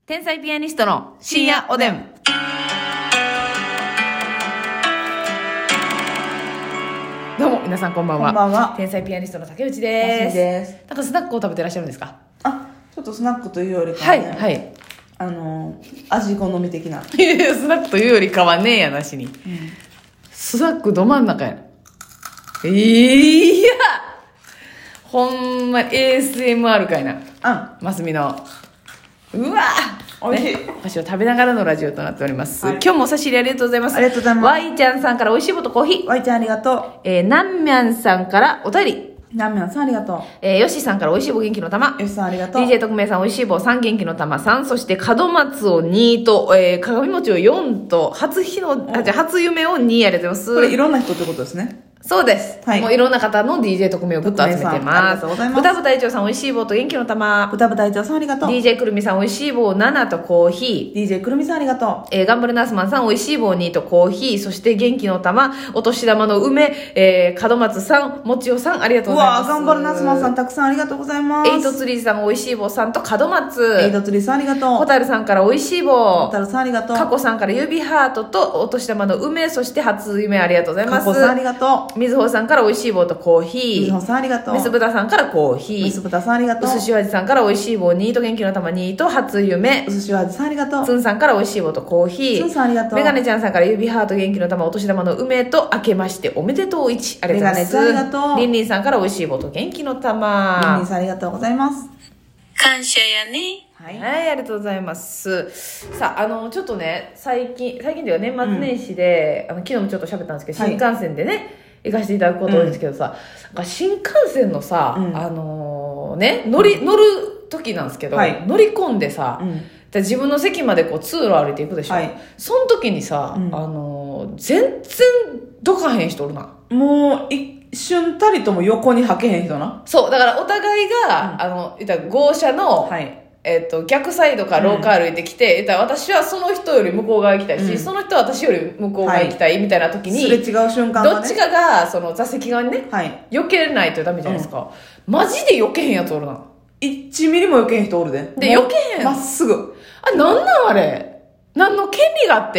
天才ピアニストの深夜おでん。どうも皆さんこんばんは。 こんばんは。 天才ピアニストの竹内です。 です。 なんかスナックを食べてらっしゃるんですか？ あ、ちょっとスナックというよりかははね、 いはい。 味好み的な。 スナックというよりかはねえやなしに、スナックど真ん中やな。いやほんま ASMR かいな。マスミのうわおいしい、 ね、お菓子を食べながらのラジオとなっております、 はい、 今日もお差し入れありがとうございます。 ありがとうございます。 ワイちゃんさんからおいしい棒とコーヒー。 ワイちゃんありがとう。なんみゃんさんからお便り。 なんみゃんさんありがとよしさんからおいしい棒元気の玉。 よしさんありがとう。 DJ 特命さんおいしい棒3元気の玉3、そして門松を2と、鏡餅を4と初夢を2。ありがとうございます。 これいろんな人ってことですね。 そうです、はい、もういろんな方の DJ 特命をぐっと集めてます。 ありがとうございます。 豚豚隊長さんおいしい棒と元気の玉。 豚豚隊長さんありがとう。 DJ くるみさんおいしい棒7とコーヒー。 DJ くるみさんありがとう。頑張るナースマンさんおいしい棒2とコーヒー。そして元気の玉、お年玉の梅、門松さん、もちおさんありがとうございます。 うわ頑張るナースマンさんたくさんありがとうございます。 エイトツリーさんおいしい棒3と門松。 エイトツリーさんありがとう。 ホタルさんからおいしい棒。 ホタルさんありがとう。 カコさんから指ハートとお年玉の梅、そして初夢ありがとうございます。 カコさんありがとう。 みずほさんからおいしい棒とコーヒー。 みずほさんありがとう。 メスブタさんからコーヒー。 メスブタさんありがとう。 うすしお味さんからおいしい棒2と元気の玉2と初夢。 うすしお味さんありがとう。 つんさんからおいしい棒とコーヒー。 つんさんありがとう。 メガネちゃんさんから指ハート元気の玉お年玉の梅と明けましておめでとう1。ありがとうございます。 メガネちゃんありがとう。 りんりんさんからおいしい棒と元気の玉。 りんりんさんありがとうございます。 感謝やね。 はい、はい、ありがとうございます。さあ、ちょっとね、最近というか年末年始で、昨日もちょっと喋ったんですけど、新幹線でね、行かせていただくこと多いんですけどさ、なんか新幹線のさ、乗る時なんですけど、乗り込んでさ、自分の席までこう通路歩いていくでしょ。その時にさ、全然どかへん人おるな。 もう、一瞬たりとも横に吐けへん人な。 そう、だからお互いが、言ったら号車の、逆サイドから廊下歩いてきて、私はその人より向こう側行きたいし、その人は私より向こう側行きたいみたいな時に、 すれ違う瞬間どっちかがその座席側にね、避けないとダメじゃないですか。マジで避けへんやつおるな。 1ミリも避けへん人おるで。 で、避けへん。 まっすぐ。 なんなんあれ。何の権利があって？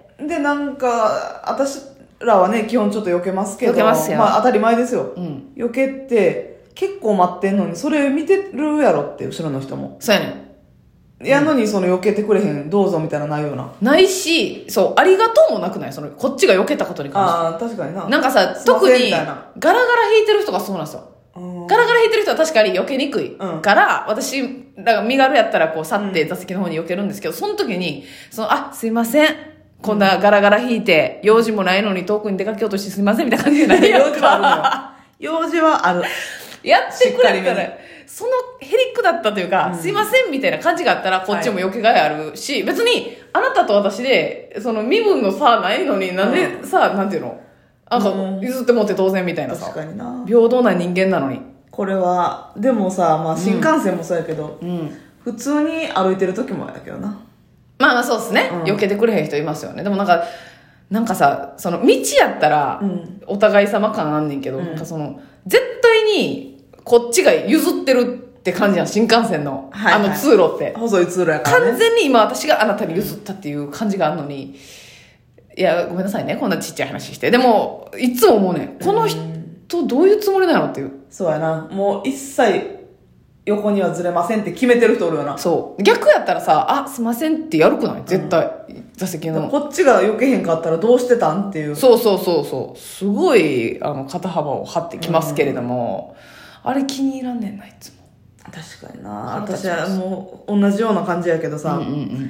で、なんか、私らはね、基本ちょっと避けますけど、 避けますよ。 まあ当たり前ですよ。避けて、結構待ってんのに、それ見てるやろって、後ろの人も。 そうやねん。やのに、その避けてくれへん、どうぞみたいなないような。 ないし、そう、ありがとうもなくない？こっちが避けたことに関して。 ああ、確かにな。 なんかさ、特に、ガラガラ引いてる人がそうなんですよ。ガラガラ引いてる人は確かに避けにくいから、私、だから身軽やったらこう、去って座席の方に避けるんですけど、その時に、すいません。こんなガラガラ引いて、用事もないのに遠くに出かけようとしてすいませんみたいな感じでない。 用事はあるのよ。用事はある。 やってくれたら、そのヘリックだったというか、すいませんみたいな感じがあったら、こっちも避けがいあるし、別に、あなたと私で、身分の差ないのになんでさ、なんていうの譲ってもって当然みたいなさ。 確かにな。 平等な人間なのに。 これは、でもさ、まあ新幹線もそうやけど、普通に歩いてる時もやけどな。 まあそうですね、避けてくれへん人いますよね。でもなんかさ、道やったら、お互い様感あんねんけど、絶対にこっちが譲ってるって感じやん、新幹線の、通路って。 細い通路やからね。 完全に今私があなたに譲ったっていう感じがあるのに、いや、ごめんなさいね、こんなちっちゃい話して。でも、いつも思うねん、この人どういうつもりなのっていう。 そうやな。もう一切、横にはずれませんって決めてる人おるよな。 そう。逆やったらさ、すいませんってやるくない？絶対。座席の。 こっちが避けへんかったらどうしてたんっていう。 そう。すごい、肩幅を張ってきますけれども、あれ気に入らんねんな、いつも。 確かにな。私はもう同じような感じやけどさ、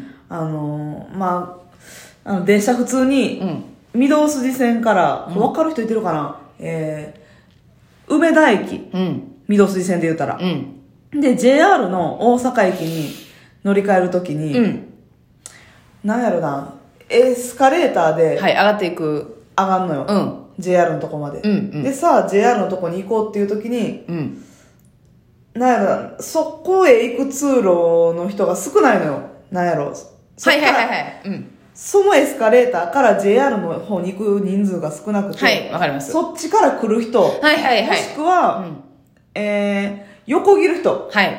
電車普通に、御堂筋線から、分かる人いてるかな？梅田駅。御堂筋線で言うたら。で、JR の大阪駅に乗り換えるときに、なんやろな、エスカレーターで、 上がっていく。 上がんのよ。JR のとこまで。でさ、JR のとこに行こうっていうときに、なんやろな、そこへ行く通路の人が少ないのよ。なんやろ。そのエスカレーターから JR の方に行く人数が少なくて、 わかります。 そっちから来る人、もしくは、横切る人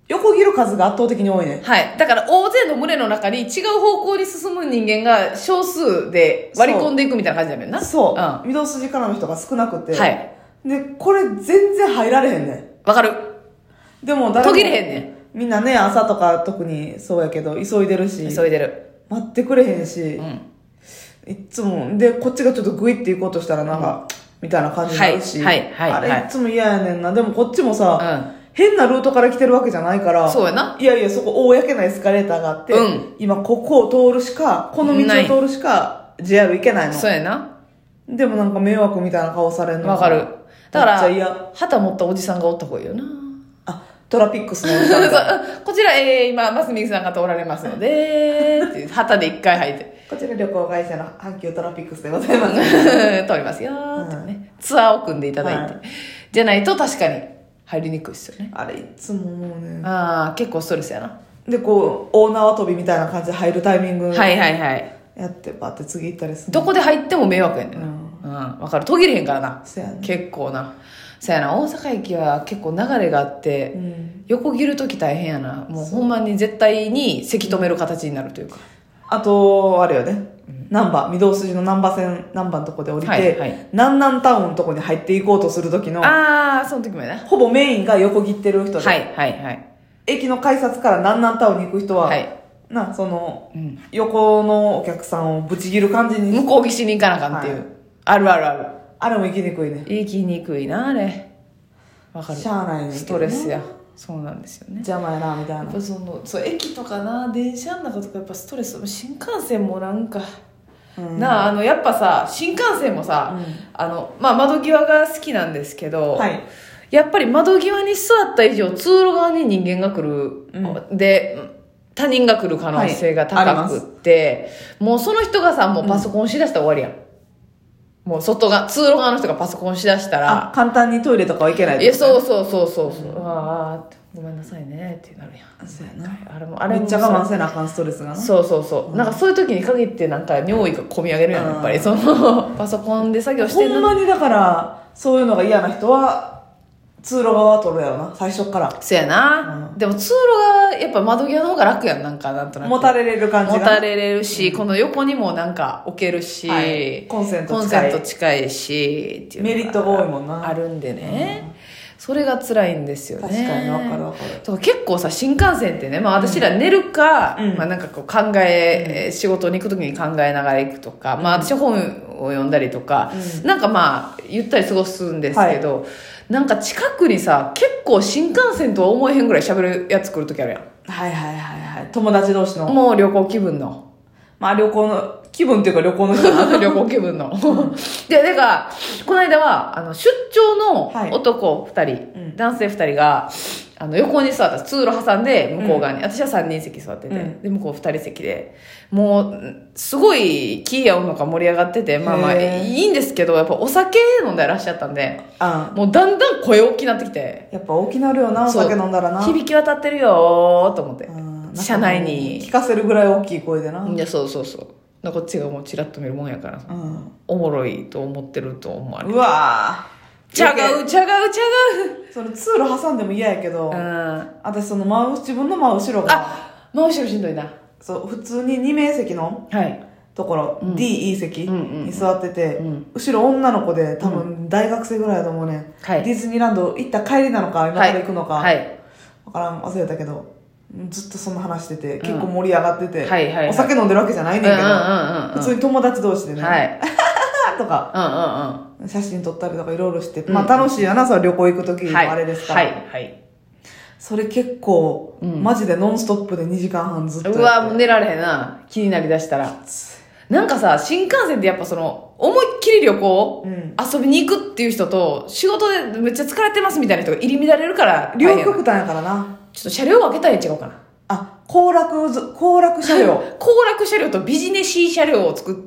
横切る数が圧倒的に多いね。 はい。だから大勢の群れの中に違う方向に進む人間が少数で割り込んでいくみたいな感じだよな。 そう。 うん。 御堂筋からの人が少なくて。 はい。 で、これ全然入られへんね。 わかる。 でも誰も途切れへんねん。 みんなね、朝とか特にそうやけど、急いでるし。 急いでる。 待ってくれへんし。 うん。 いつも、で、こっちがちょっとグイって行こうとしたらなんか、みたいな感じになるし。 はいはいはいあれいつも嫌やねんな。でもこっちもさ、 うん。 変なルートから来てるわけじゃないから。 そうやな。 いやいや、そこ、公なエスカレーターがあって、 うん今ここを通るしか、この道を通るしか、JR 行けないの。 そうやな。 でもなんか迷惑みたいな顔されるの。 わかる。だから、 めっちゃ嫌。 旗持ったおじさんがおった方がいいよな。 あ、トラピックスのおじさんみたいなこちら、今、マスミンさんが通られますので、っていう旗で一回入って。 こちら旅行会社の阪急トラピックスでございます。 通りますよーってね、ツアーを組んでいただいて、 はいじゃないと確かに入りにくいですよね。 あれ、いつももうね。 ああ、結構ストレスやな。 で、こう、大縄跳びみたいな感じで入るタイミングはいはいはい。 やって、バって次行ったりする。 どこで入っても迷惑やねんな。うん、わかる。途切れへんからな。 そやね。 結構な。そやな、大阪駅は結構流れがあって、横切るとき大変やな。もうほんまに絶対にせき止める形になるというか。 あと、あれよね。難波、御堂筋の難波線、難波のとこで降りて、 はいはい南南タウンのとこに入っていこうとする時の、 ああ、その時もやな。 ほぼメインが横切ってる人で、 はいはいはい。 駅の改札から南南タウンに行く人は、 はい。 その、 うん。 横のお客さんをぶち切る感じに、 向こう岸に行かなあかんっていう。 はいあるあるある。 あれも行きにくいね。 行きにくいな、あれ。わかる。 しゃあないねんけどなストレスや。そうなんですよね。 邪魔やな、みたいなやっ。ぱそう駅とかな、電車の中とかやっぱストレス、新幹線もなんか、 うんなあ、やっぱさ、新幹線もさ、まあ窓際が好きなんですけど、 はい。 やっぱり窓際に座った以上、通路側に人間が来る、で、他人が来る可能性が高くって、もうその人がさ、もうパソコンしだしたら終わりやん。もう外が、通路側の人がパソコンしだしたら、 簡単にトイレとかは行けないいや、そうう。 そうそうそうそう、ああ、ごめんなさいねってなるやん。 そうやな。 あれもめっちゃ我慢せなあかんストレスがな。 そうそうそう、なんかそういう時に限ってなんか尿意が込み上げるやん、やっぱりそのパソコンで作業してほんまにだから、そういうのが嫌な人は、通路側は取るやろな、最初から。 そうやな、でも通路がやっぱ窓際の方が楽やん、なんかなんとなく持たれれる感じが。 持たれれるし、この横にもなんか置けるし、 はいコンセント近いコンセント近いしっていうのがメリットが多いもんなあるんでね、それが辛いんですよね。 確かにわかるわかる。 そう結構さ、新幹線ってね、まあ私ら寝るか、まあなんかこう考仕事に行くときに考えながら行くとか、まあ私本を読んだりとか、なんかまあゆったり過ごすんですけど、なんか近くにさ、結構新幹線とは思えへんぐらい喋るやつ来るときあるやん。 はいはいはいはい。友達同士の。 もう旅行気分の。 まあ旅行の、気分っていうか旅行の人な。 旅行気分の。で、だから、この間は、出張の男2人、男性2人が、横に座った通路挟んで、向こう側に、私は3人席座ってて、で、向こう2人席で、もう、すごい気合うのか盛り上がってて、まあまあ、いいんですけど、やっぱお酒飲んでらっしゃったんで、もうだんだん声大きなってきて。 やっぱ大きなるよな、お酒飲んだらな。 響き渡ってるよーと思って。車内に。 聞かせるぐらい大きい声でな。 いや、そうそうそう。こっちがもうチラッと見るもんやからさ、おもろいと思ってると思われる。 うわーちゃがう。 その通路挟んでも嫌やけど、私その自分の真後ろが、 真後ろしんどいな。 そう、普通に2名席のところ、D、E 席に座ってて、後ろ女の子で多分大学生ぐらいだと思うね、ディズニーランド行った帰りなのか、今から行くのか、わからん、忘れたけど、ずっとそんな話してて、結構盛り上がってて、お酒飲んでるわけじゃないねんけど、普通に友達同士でね、とか、写真撮ったりとかいろいろして、まあ楽しいやな、それ旅行行くときもあれですから。それ結構、マジでノンストップで2時間半ずっと。 うわ、もう寝られへんな。気になりだしたら。なんかさ、新幹線ってやっぱ思いっきり旅行、遊びに行くっていう人と、仕事でめっちゃ疲れてますみたいな人が入り乱れるから。 両極端やからな。 ちょっと車両分けたら違うかな。 行楽車両。 行楽車両とビジネシー車両を作って、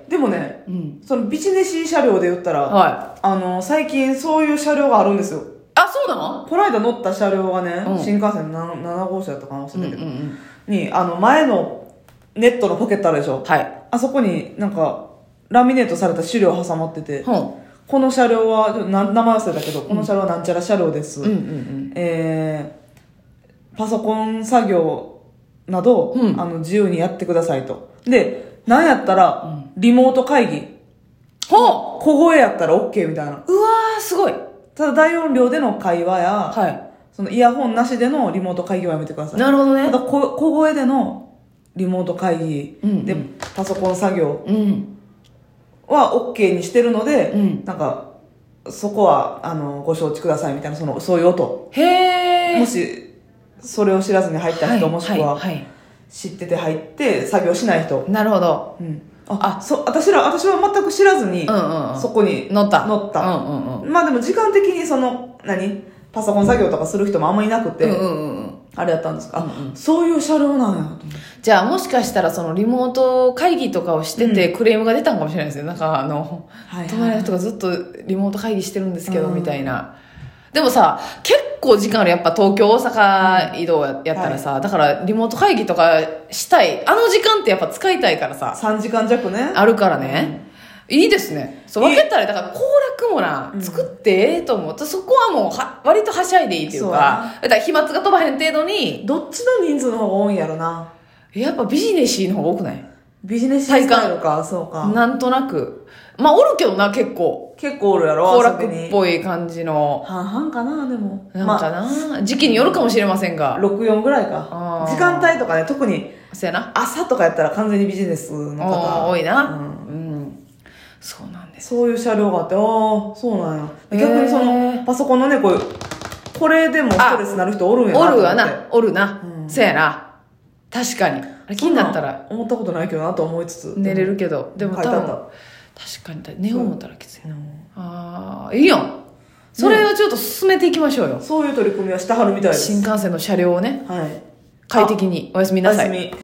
でもね、そのビジネシー車両で言ったら、最近そういう車両があるんですよ。 あ、そうなの？ この間乗った車両がね、新幹線7号車やったかな、忘れたけど、に、前のネットのポケットあるでしょ？あそこになんか、ラミネートされた資料挟まってて、この車両は、名前忘れたけど、この車両はなんちゃら車両です。 パソコン作業など、自由にやってくださいと。で、なんやったら、リモート会議。小声やったら OK みたいな。 うわー、すごい。 ただ大音量での会話や、 はい。 そのイヤホンなしでのリモート会議はやめてください。 なるほどね。 ただ小声でのリモート会議で、パソコン作業は OK にしてるので、なんか、そこは、ご承知くださいみたいな、そういう音。 へー。 もし、それを知らずに入った人、もしくは、知ってて入って作業しない人。 なるほど。 私は全く知らずに、そこに乗った。 まあでも時間的にパソコン作業とかする人もあんまいなくて、あれやったんですか、そういう車両なんやと思って。 じゃあもしかしたらそのリモート会議とかをしててクレームが出たんかもしれないですね。なんか隣の人がずっとリモート会議してるんですけど、みたいな。でもさ、結構時間ある。やっぱ東京、大阪移動やったらさ、だからリモート会議とかしたい。あの時間ってやっぱ使いたいからさ。 3時間弱ね。 あるからね。いいですね。そう、分けたら、だから、行楽もな、作ってええと思う。そこはもう、割とはしゃいでいいっていうか、だから飛沫が飛ばへん程度に。 どっちの人数の方が多いんやろな。 やっぱビジネシーの方が多くない？ ビジネススタイルか、そうか。 なんとなく。まあ、おるけどな、結構。 結構おるやろ、 行楽っぽい感じの。 半々かな、でも。 なんかな、時期によるかもしれませんが。 64ぐらいか。時間帯とかね、特に。 そうやな。 朝とかやったら完全にビジネスの方。 多いな。そうなんです。 そういう車両があって、そうなんや。逆にパソコンのね、これでもストレスになる人おるんやな。 おるな。そうやな。確かに。気になったら。 思ったことないけどなと思いつつ。 寝れるけど。でも多分、確かに、寝よう思ったらきついな。いいやん。それをちょっと進めていきましょうよ。 そういう取り組みはしてはるみたいです。 新幹線の車両をね。 はい。 快適におやすみなさい。 おやすみ。